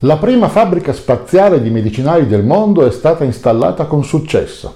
La prima fabbrica spaziale di medicinali del mondo è stata installata con successo.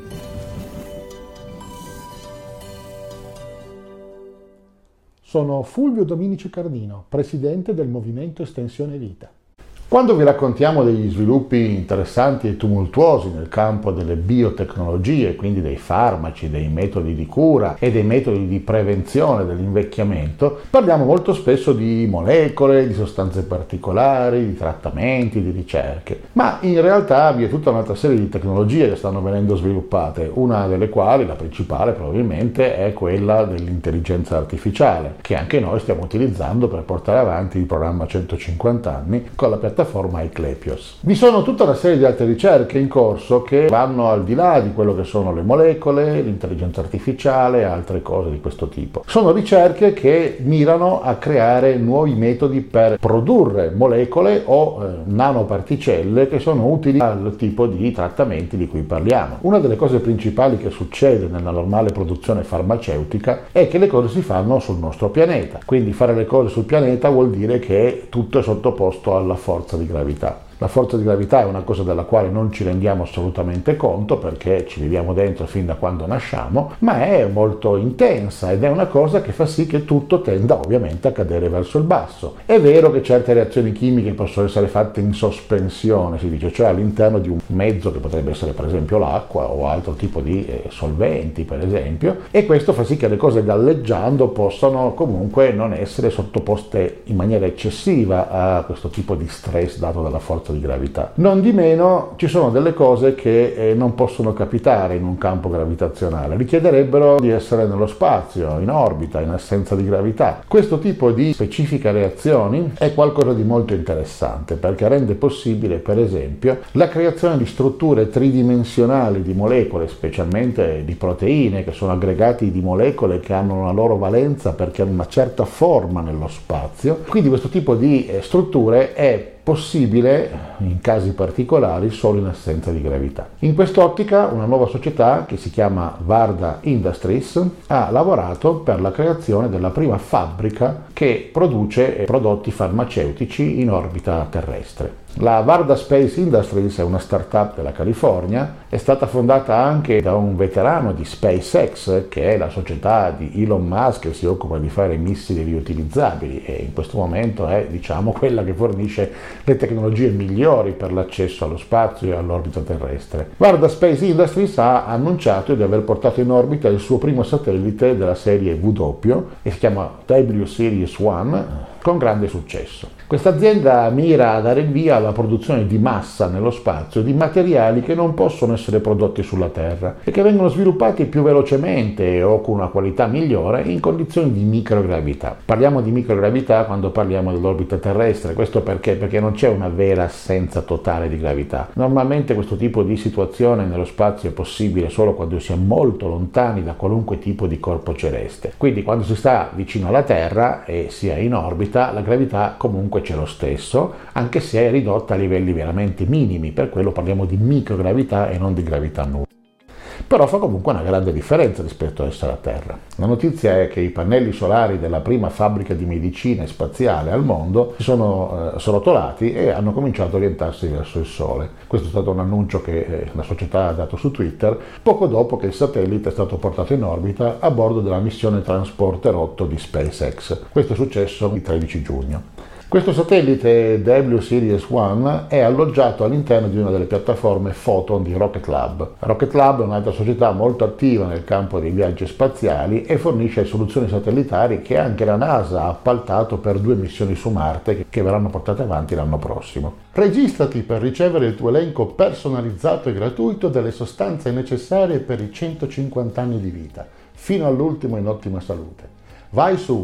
Sono Fulvio Dominici Cardino, presidente del Movimento Estensione Vita. Quando vi raccontiamo degli sviluppi interessanti e tumultuosi nel campo delle biotecnologie, quindi dei farmaci, dei metodi di cura e dei metodi di prevenzione dell'invecchiamento, parliamo molto spesso di molecole, di sostanze particolari, di trattamenti, di ricerche. Ma in realtà vi è tutta un'altra serie di tecnologie che stanno venendo sviluppate, una delle quali, la principale probabilmente, è quella dell'intelligenza artificiale, che anche noi stiamo utilizzando per portare avanti il programma 150 anni con la piattaforma Eclepios. Vi sono tutta una serie di altre ricerche in corso che vanno al di là di quello che sono le molecole, l'intelligenza artificiale e altre cose di questo tipo. Sono ricerche che mirano a creare nuovi metodi per produrre molecole o nanoparticelle che sono utili al tipo di trattamenti di cui parliamo. Una delle cose principali che succede nella normale produzione farmaceutica è che le cose si fanno sul nostro pianeta. Quindi fare le cose sul pianeta vuol dire che tutto è sottoposto alla forza di gravità. La forza di gravità è una cosa della quale non ci rendiamo assolutamente conto perché ci viviamo dentro fin da quando nasciamo, ma è molto intensa ed è una cosa che fa sì che tutto tenda ovviamente a cadere verso il basso. È vero che certe reazioni chimiche possono essere fatte in sospensione, si dice, cioè all'interno di un mezzo che potrebbe essere per esempio l'acqua o altro tipo di solventi per esempio, e questo fa sì che le cose galleggiando possano comunque non essere sottoposte in maniera eccessiva a questo tipo di stress dato dalla forza di gravità. Non di meno ci sono delle cose che non possono capitare in un campo gravitazionale, richiederebbero di essere nello spazio, in orbita, in assenza di gravità. Questo tipo di specifiche reazioni è qualcosa di molto interessante perché rende possibile per esempio la creazione di strutture tridimensionali di molecole, specialmente di proteine, che sono aggregati di molecole che hanno una loro valenza perché hanno una certa forma nello spazio. Quindi questo tipo di strutture è possibile in casi particolari solo in assenza di gravità. In quest'ottica una nuova società che si chiama Varda Industries ha lavorato per la creazione della prima fabbrica che produce prodotti farmaceutici in orbita terrestre. La Varda Space Industries è una startup della California, è stata fondata anche da un veterano di SpaceX, che è la società di Elon Musk che si occupa di fare missili riutilizzabili e in questo momento è, diciamo, quella che fornisce le tecnologie migliori per l'accesso allo spazio e all'orbita terrestre. Varda Space Industries ha annunciato di aver portato in orbita il suo primo satellite della serie W e si chiama W-Series 1 con grande successo. Questa azienda mira a dare il via alla produzione di massa nello spazio di materiali che non possono essere prodotti sulla Terra e che vengono sviluppati più velocemente o con una qualità migliore in condizioni di microgravità. Parliamo di microgravità quando parliamo dell'orbita terrestre, questo perché? Perché non c'è una vera assenza totale di gravità. Normalmente questo tipo di situazione nello spazio è possibile solo quando si è molto lontani da qualunque tipo di corpo celeste. Quindi quando si sta vicino alla Terra e si è in orbita, la gravità comunque c'è lo stesso, anche se è ridotta a livelli veramente minimi, per quello parliamo di microgravità e non di gravità nulla. Però fa comunque una grande differenza rispetto a essere a Terra. La notizia è che i pannelli solari della prima fabbrica di medicina spaziale al mondo si sono srotolati e hanno cominciato a orientarsi verso il Sole. Questo è stato un annuncio che la società ha dato su Twitter poco dopo che il satellite è stato portato in orbita a bordo della missione Transporter 8 di SpaceX. Questo è successo il 13 giugno. Questo satellite W-Series 1 è alloggiato all'interno di una delle piattaforme Photon di Rocket Lab. Rocket Lab è un'altra società molto attiva nel campo dei viaggi spaziali e fornisce soluzioni satellitari che anche la NASA ha appaltato per 2 missioni su Marte che verranno portate avanti l'anno prossimo. Registrati per ricevere il tuo elenco personalizzato e gratuito delle sostanze necessarie per i 150 anni di vita, fino all'ultimo in ottima salute. Vai su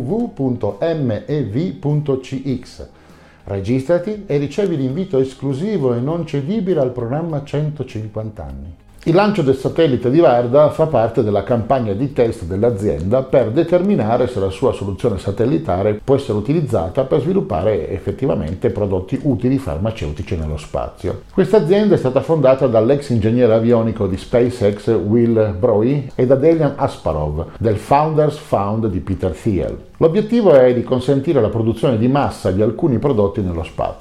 www.mev.cx, registrati e ricevi l'invito esclusivo e non cedibile al programma 150 anni. Il lancio del satellite di Varda fa parte della campagna di test dell'azienda per determinare se la sua soluzione satellitare può essere utilizzata per sviluppare effettivamente prodotti utili farmaceutici nello spazio. Questa azienda è stata fondata dall'ex ingegnere avionico di SpaceX Will Broy e da Delian Asparov del Founders Fund di Peter Thiel. L'obiettivo è di consentire la produzione di massa di alcuni prodotti nello spazio.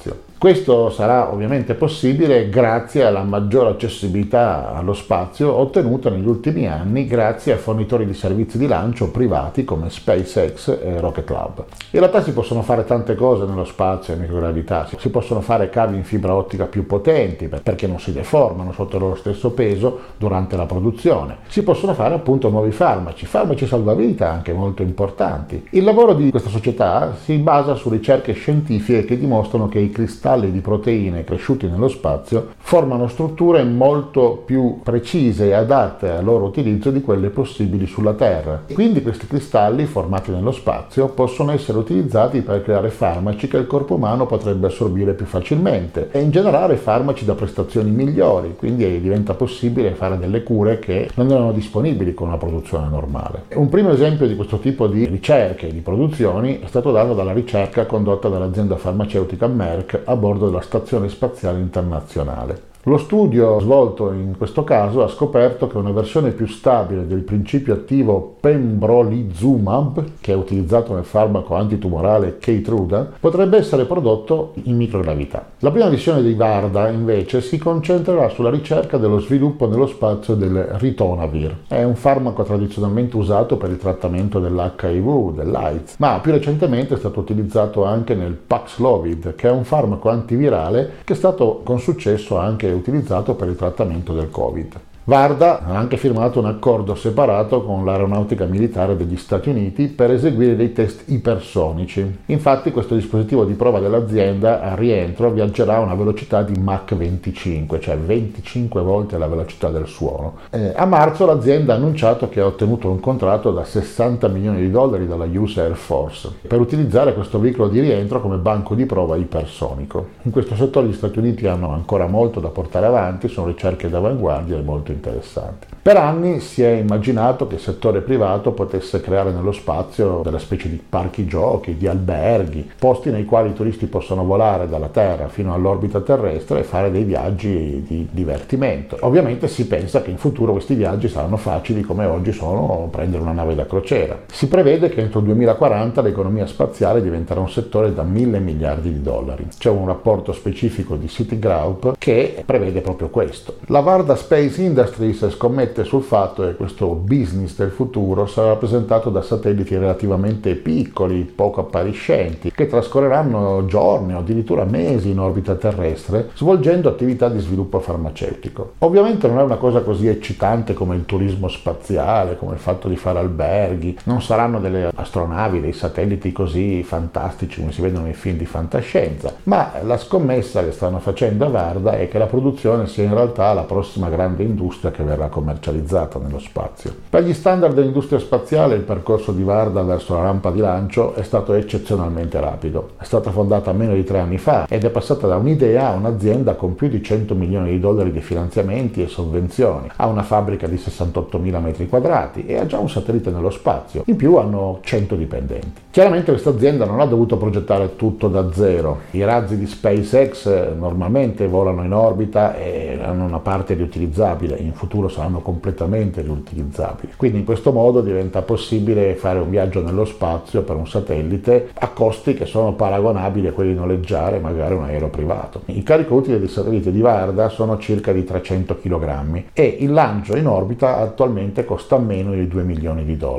Questo sarà ovviamente possibile grazie alla maggiore accessibilità allo spazio ottenuta negli ultimi anni grazie a fornitori di servizi di lancio privati come SpaceX e Rocket Lab. In realtà si possono fare tante cose nello spazio e in microgravità, si possono fare cavi in fibra ottica più potenti perché non si deformano sotto il loro stesso peso durante la produzione, si possono fare appunto nuovi farmaci salvavita anche molto importanti. Il lavoro di questa società si basa su ricerche scientifiche che dimostrano che i cristalli di proteine cresciuti nello spazio formano strutture molto più precise e adatte al loro utilizzo di quelle possibili sulla Terra. Quindi questi cristalli formati nello spazio possono essere utilizzati per creare farmaci che il corpo umano potrebbe assorbire più facilmente e in generale farmaci da prestazioni migliori, quindi diventa possibile fare delle cure che non erano disponibili con una produzione normale. Un primo esempio di questo tipo di ricerche e di produzioni è stato dato dalla ricerca condotta dall'azienda farmaceutica Merck a bordo della Stazione Spaziale Internazionale. Lo studio svolto in questo caso ha scoperto che una versione più stabile del principio attivo pembrolizumab, che è utilizzato nel farmaco antitumorale Keytruda, potrebbe essere prodotto in microgravità. La prima missione di Varda invece si concentrerà sulla ricerca dello sviluppo nello spazio del ritonavir. È un farmaco tradizionalmente usato per il trattamento dell'HIV, dell'AIDS, ma più recentemente è stato utilizzato anche nel Paxlovid, che è un farmaco antivirale che è stato con successo anche utilizzato per il trattamento del Covid. Varda ha anche firmato un accordo separato con l'aeronautica militare degli Stati Uniti per eseguire dei test ipersonici. Infatti questo dispositivo di prova dell'azienda a rientro viaggerà a una velocità di Mach 25, cioè 25 volte la velocità del suono. A marzo l'azienda ha annunciato che ha ottenuto un contratto da $60 milioni dalla US Air Force per utilizzare questo veicolo di rientro come banco di prova ipersonico. In questo settore gli Stati Uniti hanno ancora molto da portare avanti, sono ricerche d'avanguardia e molto interessanti. Per anni si è immaginato che il settore privato potesse creare nello spazio delle specie di parchi giochi, di alberghi, posti nei quali i turisti possono volare dalla Terra fino all'orbita terrestre e fare dei viaggi di divertimento. Ovviamente si pensa che in futuro questi viaggi saranno facili come oggi sono prendere una nave da crociera. Si prevede che entro il 2040 l'economia spaziale diventerà un settore da $1.000 miliardi. C'è un rapporto specifico di Citigroup che prevede proprio questo. La Varda Space Industries scommette sul fatto che questo business del futuro sarà rappresentato da satelliti relativamente piccoli, poco appariscenti, che trascorreranno giorni o addirittura mesi in orbita terrestre svolgendo attività di sviluppo farmaceutico. Ovviamente non è una cosa così eccitante come il turismo spaziale, come il fatto di fare alberghi, non saranno delle astronavi, dei satelliti così fantastici come si vedono nei film di fantascienza, ma la scommessa che stanno facendo a Varda è che la produzione sia in realtà la prossima grande industria che verrà commercializzata nello spazio. Per gli standard dell'industria spaziale il percorso di Varda verso la rampa di lancio è stato eccezionalmente rapido. È stata fondata meno di 3 anni fa ed è passata da un'idea a un'azienda con più di $100 milioni di finanziamenti e sovvenzioni, ha una fabbrica di 68.000 metri quadrati e ha già un satellite nello spazio. In più hanno 100 dipendenti. Chiaramente questa azienda non ha dovuto progettare tutto da zero. I razzi di SpaceX normalmente volano in orbita e hanno una parte riutilizzabile, in futuro saranno completamente riutilizzabili. Quindi in questo modo diventa possibile fare un viaggio nello spazio per un satellite a costi che sono paragonabili a quelli di noleggiare magari un aereo privato. Il carico utile dei satelliti di Varda sono circa di 300 kg e il lancio in orbita attualmente costa meno di $2 milioni.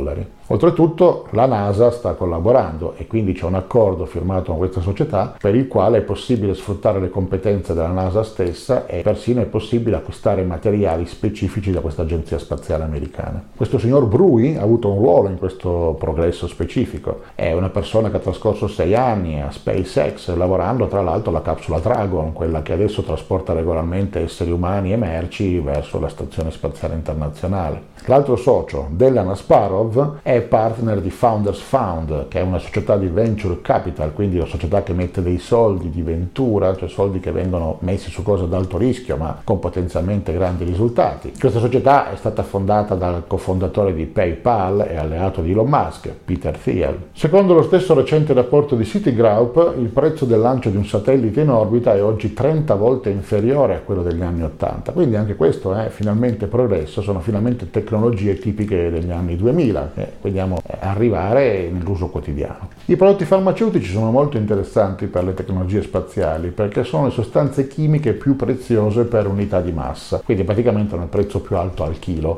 Oltretutto la NASA sta collaborando e quindi c'è un accordo firmato con questa società per il quale è possibile sfruttare le competenze della NASA stessa e persino è possibile acquistare materiali specifici da questa agenzia spaziale americana. Questo signor Brui ha avuto un ruolo in questo progresso specifico. È una persona che ha trascorso 6 anni a SpaceX lavorando tra l'altro alla capsula Dragon, quella che adesso trasporta regolarmente esseri umani e merci verso la Stazione Spaziale Internazionale. L'altro socio, Dejan Asparov, è partner di Founders Fund, che è una società di venture capital, quindi una società che mette dei soldi di ventura, cioè soldi che vengono messi su cose ad alto rischio ma con potenzialmente grandi risultati. Questa società è stata fondata dal cofondatore di PayPal e alleato di Elon Musk, Peter Thiel. Secondo lo stesso recente rapporto di Citigroup, il prezzo del lancio di un satellite in orbita è oggi 30 volte inferiore a quello degli anni 80, quindi anche questo è finalmente progresso, sono finalmente tecnologie tipiche degli anni 2000. vediamo arrivare nell'uso quotidiano. I prodotti farmaceutici sono molto interessanti per le tecnologie spaziali perché sono le sostanze chimiche più preziose per unità di massa, quindi praticamente hanno il prezzo più alto al chilo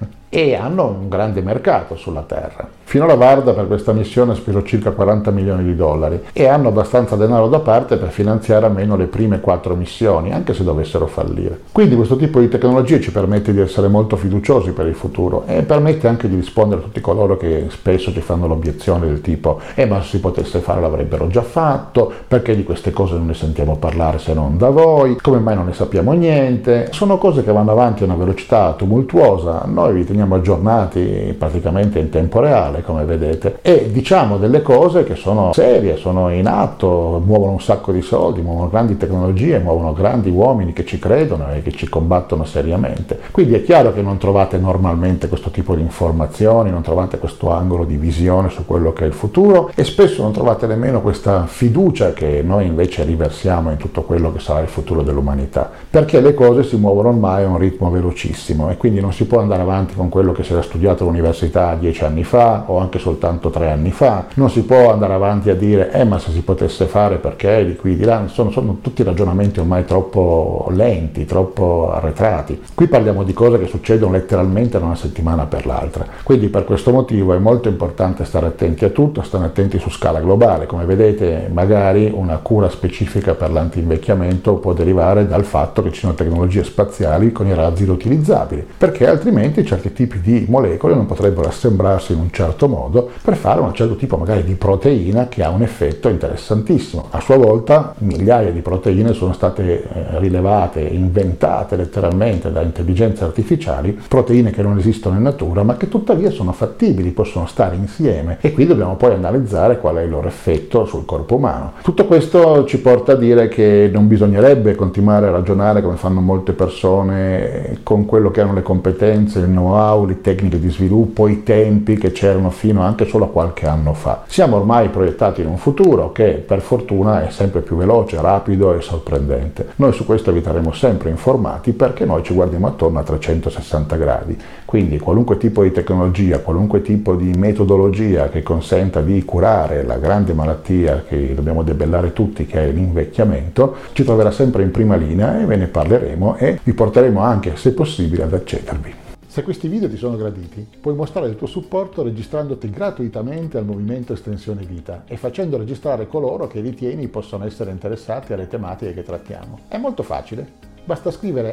e hanno un grande mercato sulla Terra. Finora Varda per questa missione ha speso circa 40 milioni di dollari e hanno abbastanza denaro da parte per finanziare almeno le prime 4 missioni, anche se dovessero fallire. Quindi questo tipo di tecnologie ci permette di essere molto fiduciosi per il futuro e permette anche di rispondere a tutti coloro che spesso ci fanno l'obiezione del tipo ma se si potesse fare l'avrebbero già fatto, perché di queste cose non ne sentiamo parlare se non da voi, come mai non ne sappiamo niente. Sono cose che vanno avanti a una velocità tumultuosa, noi vi teniamo aggiornati praticamente in tempo reale, come vedete, e diciamo delle cose che sono serie, sono in atto, muovono un sacco di soldi, muovono grandi tecnologie, muovono grandi uomini che ci credono e che ci combattono seriamente. Quindi è chiaro che non trovate normalmente questo tipo di informazioni, non trovate questo angolo di visione su quello che è il futuro e spesso non trovate nemmeno questa fiducia che noi invece riversiamo in tutto quello che sarà il futuro dell'umanità, perché le cose si muovono ormai a un ritmo velocissimo e quindi non si può andare avanti con quello che si era studiato all'università 10 anni fa o anche soltanto 3 anni fa, non si può andare avanti a dire ma se si potesse fare perché di qui di là, sono tutti ragionamenti ormai troppo lenti, troppo arretrati. Qui parliamo di cose che succedono letteralmente da una settimana per l'altra, quindi per questo motivo è molto importante stare attenti a tutto, stare attenti su scala globale. Come vedete magari una cura specifica per l'antinvecchiamento può derivare dal fatto che ci sono tecnologie spaziali con i razzi riutilizzabili, perché altrimenti certi tipi di molecole non potrebbero assemblarsi in un certo modo per fare un certo tipo magari di proteina che ha un effetto interessantissimo. A sua volta migliaia di proteine sono state rilevate, inventate letteralmente da intelligenze artificiali, proteine che non esistono in natura ma che tuttavia sono fattibili, possono stare insieme e qui dobbiamo poi analizzare qual è il loro effetto sul corpo umano. Tutto questo ci porta a dire che non bisognerebbe continuare a ragionare come fanno molte persone con quello che hanno le competenze, il know-how, le tecniche di sviluppo, i tempi che c'erano fino anche solo a qualche anno fa. Siamo ormai proiettati in un futuro che per fortuna è sempre più veloce, rapido e sorprendente. Noi su questo vi terremo sempre informati perché noi ci guardiamo attorno a 360 gradi, quindi qualunque tipo di tecnologia, qualunque tipo di metodologia che consenta di curare la grande malattia che dobbiamo debellare tutti, che è l'invecchiamento, ci troverà sempre in prima linea e ve ne parleremo e vi porteremo anche, se possibile, ad accedervi. Se questi video ti sono graditi, puoi mostrare il tuo supporto registrandoti gratuitamente al movimento Estensione Vita e facendo registrare coloro che ritieni possano essere interessati alle tematiche che trattiamo. È molto facile. Basta scrivere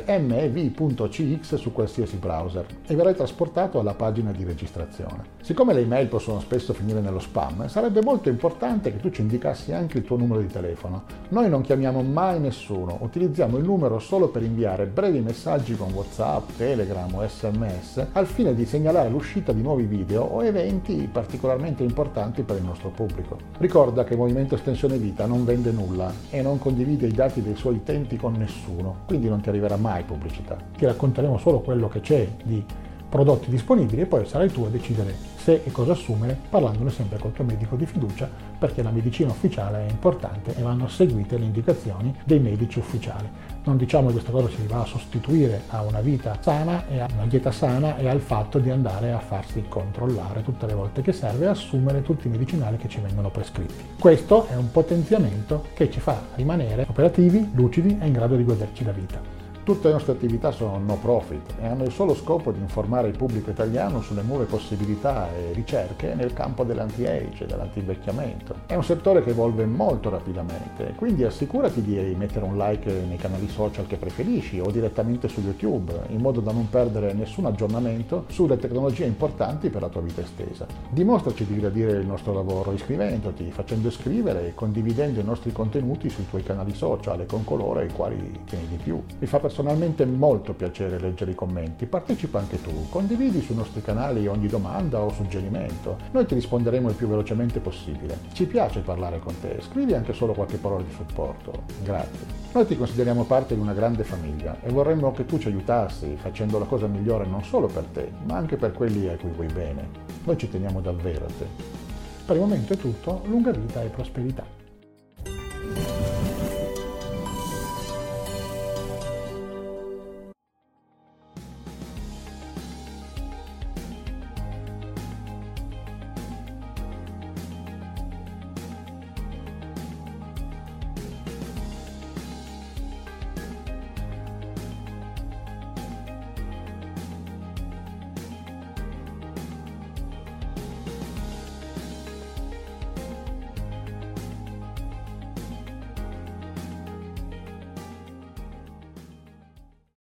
mev.cx su qualsiasi browser e verrai trasportato alla pagina di registrazione. Siccome le email possono spesso finire nello spam, sarebbe molto importante che tu ci indicassi anche il tuo numero di telefono. Noi non chiamiamo mai nessuno, utilizziamo il numero solo per inviare brevi messaggi con WhatsApp, Telegram o SMS al fine di segnalare l'uscita di nuovi video o eventi particolarmente importanti per il nostro pubblico. Ricorda che il Movimento Estensione Vita non vende nulla e non condivide i dati dei suoi utenti con nessuno, quindi non ti arriverà mai pubblicità. Ti racconteremo solo quello che c'è di prodotti disponibili e poi sarai tu a decidere se e cosa assumere, parlandone sempre col tuo medico di fiducia, perché la medicina ufficiale è importante e vanno seguite le indicazioni dei medici ufficiali. Non diciamo che questa cosa si va a sostituire a una vita sana e a una dieta sana e al fatto di andare a farsi controllare tutte le volte che serve e assumere tutti i medicinali che ci vengono prescritti. Questo è un potenziamento che ci fa rimanere operativi, lucidi e in grado di goderci la vita. Tutte le nostre attività sono no profit e hanno il solo scopo di informare il pubblico italiano sulle nuove possibilità e ricerche nel campo dell'anti-age e dell'antivecchiamento. È un settore che evolve molto rapidamente, quindi assicurati di mettere un like nei canali social che preferisci o direttamente su YouTube, in modo da non perdere nessun aggiornamento sulle tecnologie importanti per la tua vita estesa. Dimostraci di gradire il nostro lavoro iscrivendoti, facendo iscrivere e condividendo i nostri contenuti sui tuoi canali social e con coloro ai quali tieni di più. Mi fa personalmente molto piacere leggere i commenti, partecipa anche tu, condividi sui nostri canali ogni domanda o suggerimento, noi ti risponderemo il più velocemente possibile. Ci piace parlare con te, scrivi anche solo qualche parola di supporto, grazie. Noi ti consideriamo parte di una grande famiglia e vorremmo che tu ci aiutassi facendo la cosa migliore non solo per te, ma anche per quelli a cui vuoi bene. Noi ci teniamo davvero a te. Per il momento è tutto, lunga vita e prosperità.